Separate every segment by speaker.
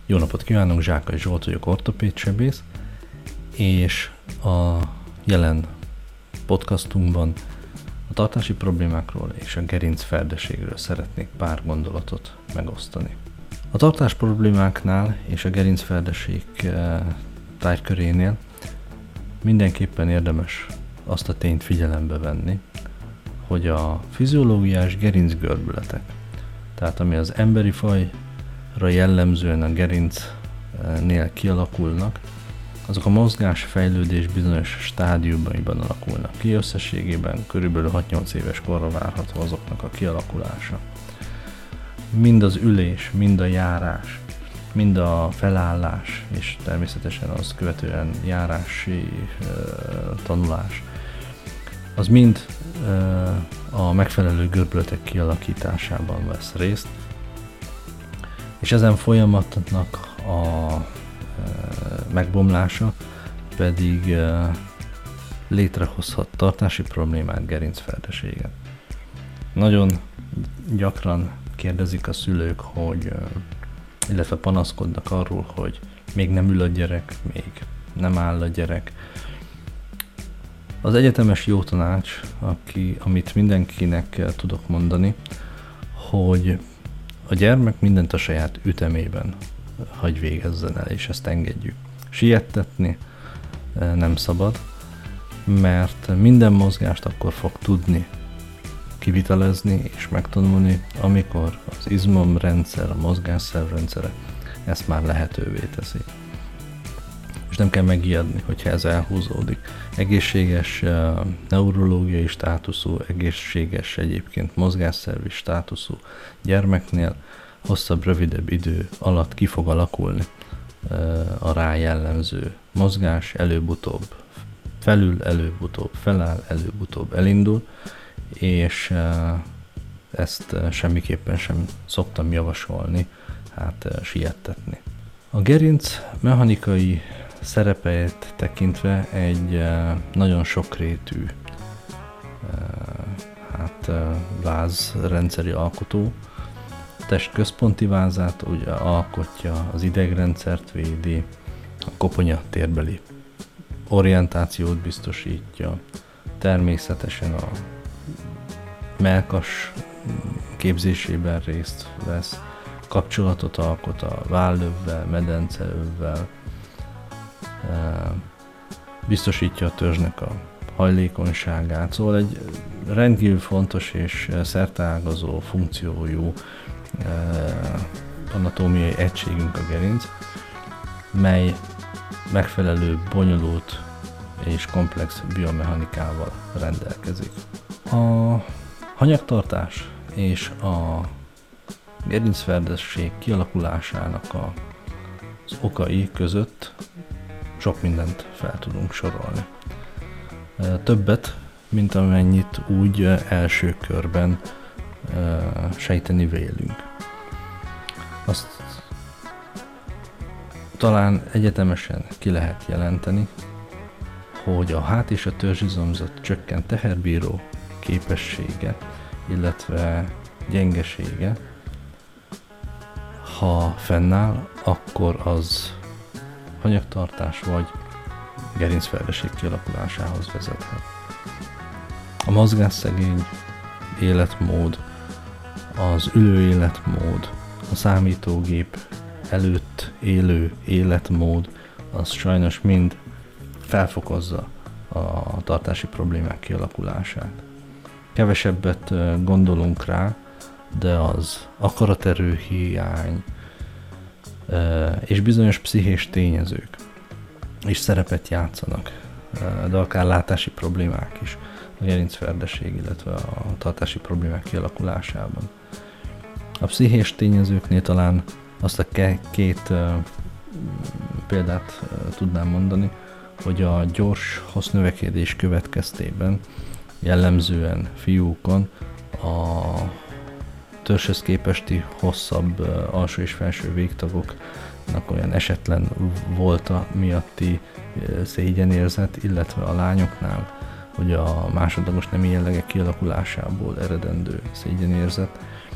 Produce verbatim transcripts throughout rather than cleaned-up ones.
Speaker 1: Jó napot kívánok, Zsákai Zsolt vagyok, ortopédsebész, és a jelen podcastunkban a tartási problémákról és a gerincferdeségről szeretnék pár gondolatot megosztani. A tartás problémáknál és a gerincferdeség tárgykörénél mindenképpen érdemes azt a tényt figyelembe venni, hogy a fiziológiás gerincgörbületek, tehát ami az emberi fajra jellemzően a gerincnél kialakulnak, azok a mozgásfejlődés bizonyos stádiumaiban alakulnak ki, összességében körülbelül hat-nyolc éves korra várható azoknak a kialakulása. Mind az ülés, mind a járás, mind a felállás, és természetesen az követően járási uh, tanulás, az mind uh, a megfelelő görbületek kialakításában vesz részt, és ezen folyamatnak a uh, megbomlása pedig uh, létrehozhat tartási problémát, gerincferdeséget. Nagyon gyakran kérdezik a szülők, hogy, uh, illetve panaszkodnak arról, hogy még nem ül a gyerek, még nem áll a gyerek. Az egyetemes jó tanács, aki, amit mindenkinek tudok mondani, hogy a gyermek mindent a saját ütemében hagy végezzen el, és ezt engedjük. Siettetni nem szabad, mert minden mozgást akkor fog tudni kivitelezni és megtanulni, amikor az izmomrendszer, a mozgásszervrendszere ezt már lehetővé teszi. És nem kell megijedni, hogyha ez elhúzódik. Egészséges uh, neurológiai státuszú, egészséges egyébként mozgásszervi státuszú gyermeknél hosszabb, rövidebb idő alatt ki fog alakulni uh, a rá jellemző mozgás, előbb-utóbb felül, előbb-utóbb feláll, előbb-utóbb elindul, és uh, ezt uh, semmiképpen sem szoktam javasolni, hát uh, siettetni. A gerinc mechanikai szerepeit tekintve egy uh, nagyon sokrétű uh, hát, uh, vázrendszeri alkotó. A test központi vázát ugye alkotja, az idegrendszert védi, a koponya térbeli orientációt biztosítja, természetesen a mellkas képzésében részt vesz, kapcsolatot alkot a vállövvel, medenceövvel, biztosítja a törzsnek a hajlékonyságát, szóval egy rendkívül fontos és szerteágazó funkciójú anatómiai egységünk a gerinc, mely megfelelő, bonyolult és komplex biomechanikával rendelkezik. A hanyagtartás és a gerincferdesség kialakulásának a, az okai között sok mindent fel tudunk sorolni. Többet, mint amennyit úgy első körben sejteni vélünk. Azt talán egyetemesen ki lehet jelenteni, hogy a hát és a törzsizomzat csökkent teherbíró képessége, illetve gyengesége, ha fennáll, akkor az hanyagtartás vagy gerincferdeség kialakulásához vezethet. A mozgásszegény életmód, az ülő életmód, a számítógép előtt élő életmód, az sajnos mind felfokozza a tartási problémák kialakulását. Kevesebbet gondolunk rá, de az akaraterő hiány és bizonyos pszichés tényezők is szerepet játszanak, de akár látási problémák is a gerincferdeség, illetve a tartási problémák kialakulásában. A pszichés tényezőknél talán azt a két példát tudnám mondani, hogy a gyors hosznövekedés következtében jellemzően fiúkon a törzshöz képesti hosszabb alsó és felső végtagoknak olyan esetlen volta miatti szégyenérzet, illetve a lányoknál, hogy a másodlagos nemi jellegek kialakulásából eredendő szégyenérzet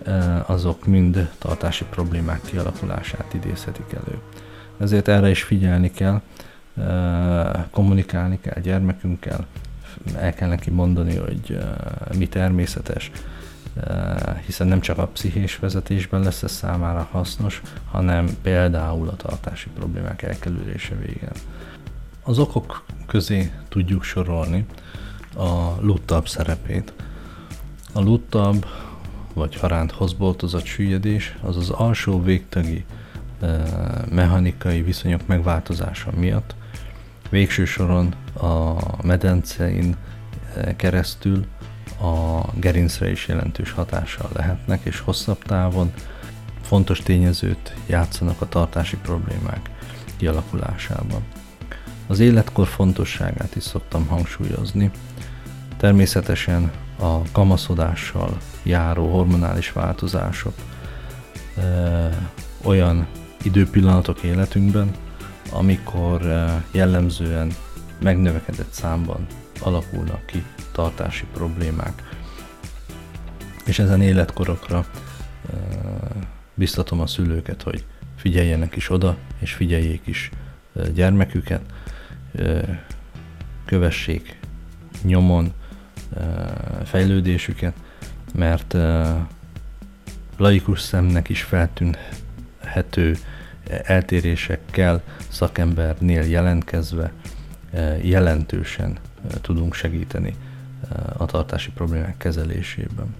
Speaker 1: azok mind tartási problémák kialakulását idézhetik elő. Ezért erre is figyelni kell, kommunikálni kell gyermekünkkel, el kell neki mondani, hogy mi természetes, hiszen nem csak a pszichés vezetésben lesz ez számára hasznos, hanem például a tartási problémák elkerülése végén. Az okok közé tudjuk sorolni a luttab szerepét. A luttab, vagy haránt hozboltozott süllyedés, az az alsó végtagi mechanikai viszonyok megváltozása miatt végső soron a medencein keresztül a gerincre is jelentős hatással lehetnek, és hosszabb távon fontos tényezőt játszanak a tartási problémák kialakulásában. Az életkor fontosságát is szoktam hangsúlyozni. Természetesen a kamaszodással járó hormonális változások ö, olyan időpillanatok életünkben, amikor ö, jellemzően megnövekedett számban alakulnak ki tartási problémák. És ezen életkorokra ö, biztatom a szülőket, hogy figyeljenek is oda, és figyeljék is ö, gyermeküket, ö, kövessék nyomon ö, fejlődésüket, mert ö, laikus szemnek is feltűnhető eltérésekkel szakembernél jelentkezve ö, jelentősen ö, tudunk segíteni ö, a tartási problémák kezelésében.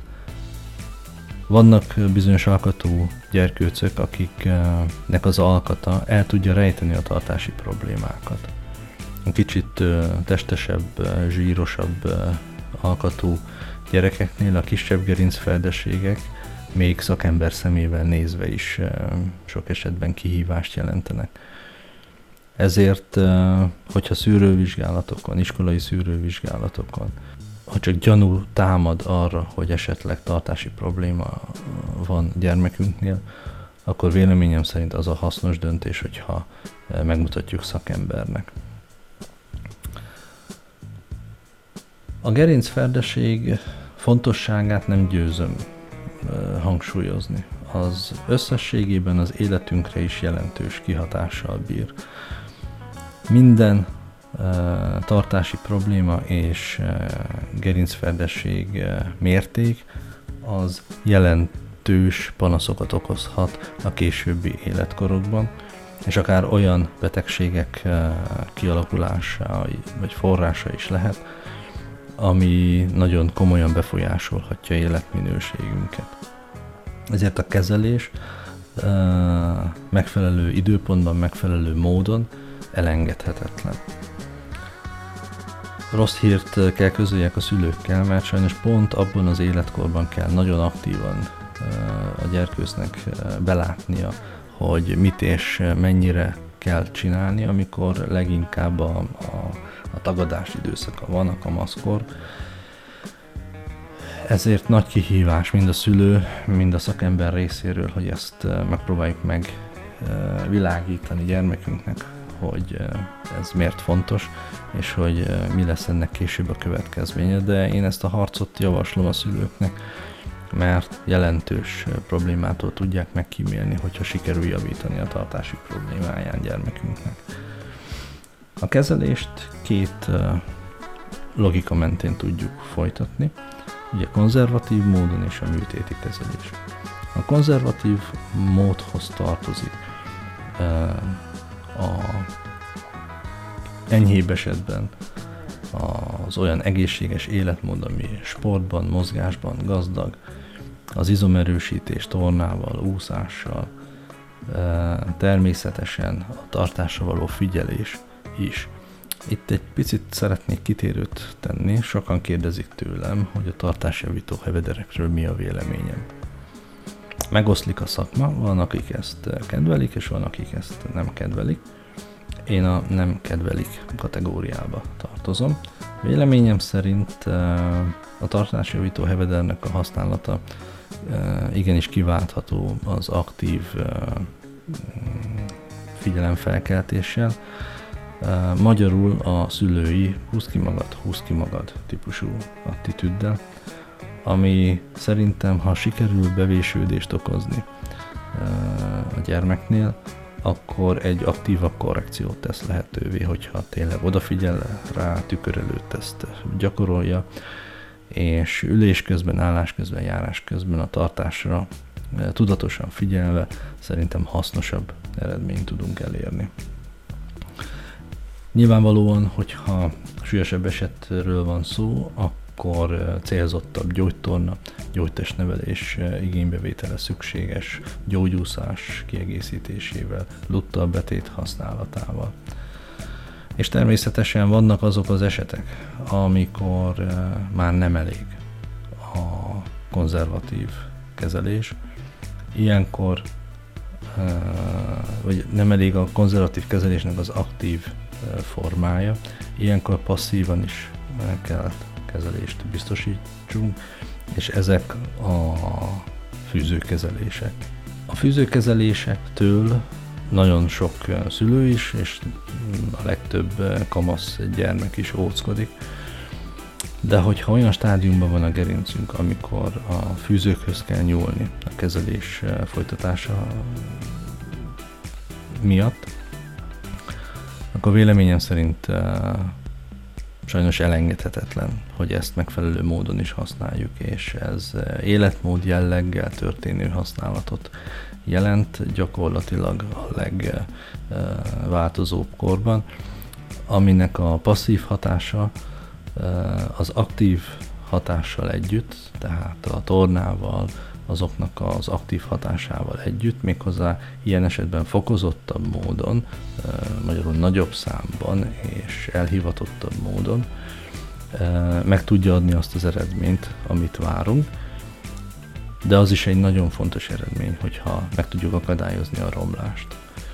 Speaker 1: Vannak bizonyos alkatú gyerkőcök, akiknek az alkata el tudja rejteni a tartási problémákat. A kicsit testesebb, zsírosabb alkatú gyerekeknél a kisebb gerincfeldeségek még szakember szemével nézve is sok esetben kihívást jelentenek. Ezért, hogyha szűrővizsgálatokon, iskolai szűrővizsgálatokon, ha csak gyanú támad arra, hogy esetleg tartási probléma van gyermekünknél, akkor véleményem szerint az a hasznos döntés, hogyha megmutatjuk szakembernek. A gerincferdeség fontosságát nem győzöm hangsúlyozni. Az összességében az életünkre is jelentős kihatással bír. Minden tartási probléma és gerincferdesség mérték az jelentős panaszokat okozhat a későbbi életkorokban, és akár olyan betegségek kialakulása vagy forrása is lehet, ami nagyon komolyan befolyásolhatja életminőségünket. Ezért a kezelés megfelelő időpontban, megfelelő módon elengedhetetlen. Rossz hírt kell közöljek a szülőkkel, mert sajnos pont abban az életkorban kell nagyon aktívan a gyerkőcnek belátnia, hogy mit és mennyire kell csinálni, amikor leginkább a, a, a tagadás időszaka van, a kamaszkor. Ezért nagy kihívás mind a szülő, mind a szakember részéről, hogy ezt megpróbáljuk meg világítani gyermekünknek, hogy ez miért fontos, és hogy mi lesz ennek később a következménye. De én ezt a harcot javaslom a szülőknek, mert jelentős problémától tudják megkímélni, hogyha sikerül javítani a tartási problémáján gyermekünknek. A kezelést két logika mentén tudjuk folytatni, ugye konzervatív módon és a műtéti kezelés. A konzervatív módhoz tartozik a enyhébb esetben az olyan egészséges életmód, ami sportban, mozgásban gazdag, az izomerősítés tornával, úszással, természetesen a tartásra való figyelés is. Itt egy picit szeretnék kitérőt tenni, sokan kérdezik tőlem, hogy a tartásjavító hevederekről mi a véleményem. Megoszlik a szakma, van akik ezt kedvelik, és van akik ezt nem kedvelik. Én a nem kedvelik kategóriába tartozom. Véleményem szerint a tartásjavító hevedernek a használata igenis kiváltható az aktív figyelemfelkeltéssel. Magyarul a szülői húz ki magad, húz ki magad típusú attitűddel, ami szerintem, ha sikerül bevésődést okozni a gyermeknél, akkor egy aktívabb korrekciót tesz lehetővé, hogyha tényleg odafigyel rá, tükör előtt ezt gyakorolja, és ülés közben, állás közben, járás közben a tartásra tudatosan figyelve szerintem hasznosabb eredményt tudunk elérni. Nyilvánvalóan, hogyha súlyosabb esetről van szó, akkor célzottabb gyógytorna, gyógytestnevelés igénybevétele szükséges, gyógyúszás kiegészítésével, lutta betét használatával. És természetesen vannak azok az esetek, amikor már nem elég a konzervatív kezelés. Ilyenkor, vagy nem elég a konzervatív kezelésnek az aktív formája, ilyenkor passzívan is kell kezelést biztosítsunk, és ezek a fűzőkezelések. A fűzőkezelésektől nagyon sok szülő is, és a legtöbb kamasz gyermek is óckodik. De hogyha olyan stádiumban van a gerincünk, amikor a fűzőkhöz kell nyúlni a kezelés folytatása miatt, akkor véleményem szerint sajnos elengedhetetlen, hogy ezt megfelelő módon is használjuk, és ez életmód jelleggel történő használatot jelent gyakorlatilag a legváltozóbb korban, aminek a passzív hatása az aktív hatással együtt, tehát a tornával, azoknak az aktív hatásával együtt, méghozzá ilyen esetben fokozottabb módon, magyarul nagyobb számban és elhivatottabb módon meg tudja adni azt az eredményt, amit várunk, de az is egy nagyon fontos eredmény, hogyha meg tudjuk akadályozni a romlást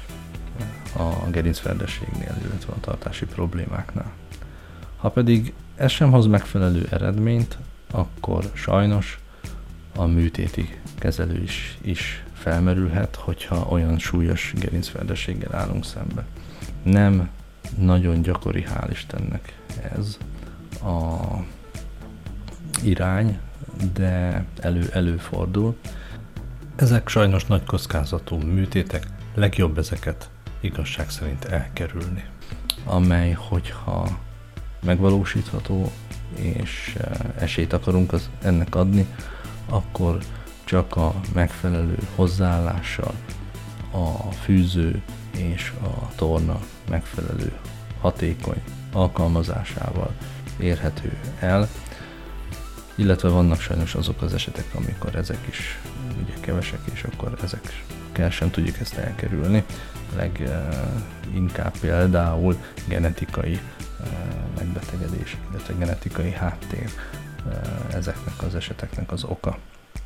Speaker 1: a gerincferdességnél, illetve a tartási problémáknál. Ha pedig ez sem hoz megfelelő eredményt, akkor sajnos a műtéti kezelő is, is felmerülhet, hogyha olyan súlyos gerincferdességgel állunk szembe. Nem nagyon gyakori, hál' Istennek ez a irány, de elő, előfordul. Ezek sajnos nagy kockázatú műtétek, legjobb ezeket igazság szerint elkerülni, amely, hogyha megvalósítható és esélyt akarunk az, ennek adni, akkor csak a megfelelő hozzáállással, a fűző és a torna megfelelő hatékony alkalmazásával érhető el, illetve vannak sajnos azok az esetek, amikor ezek is ugye kevesek, és akkor ezekkel sem tudjuk ezt elkerülni. Leginkább például genetikai megbetegedés, illetve genetikai háttér ezeknek az eseteknek az oka.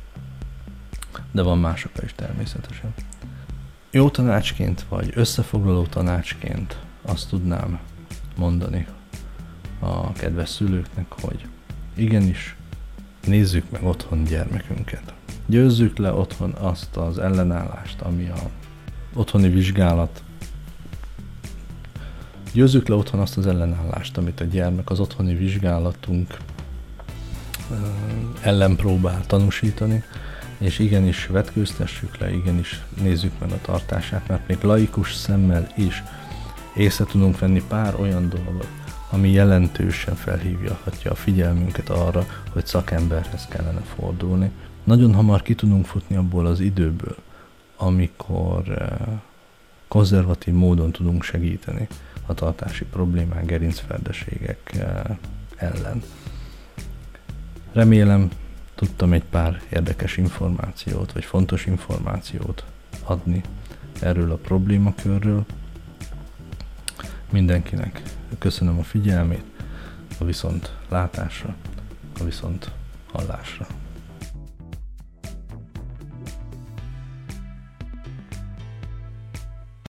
Speaker 1: De van más oka is természetesen. Jó tanácsként, vagy összefoglaló tanácsként azt tudnám mondani a kedves szülőknek, hogy igenis nézzük meg otthon gyermekünket. Győzzük le otthon azt az ellenállást, ami a otthoni vizsgálat Győzzük le otthon azt az ellenállást, amit a gyermek az otthoni vizsgálatunk ellen próbál tanúsítani, és igenis vetkőztessük le, igenis nézzük meg a tartását, mert még laikus szemmel is észre tudunk venni pár olyan dolgot, ami jelentősen felhívhatja a figyelmünket arra, hogy szakemberhez kellene fordulni. Nagyon hamar ki tudunk futni abból az időből, amikor konzervatív módon tudunk segíteni a tartási problémák, gerincferdeségek ellen. Remélem, tudtam egy pár érdekes információt, vagy fontos információt adni erről a problémakörről. Mindenkinek köszönöm a figyelmét, a viszont látásra, a viszont hallásra.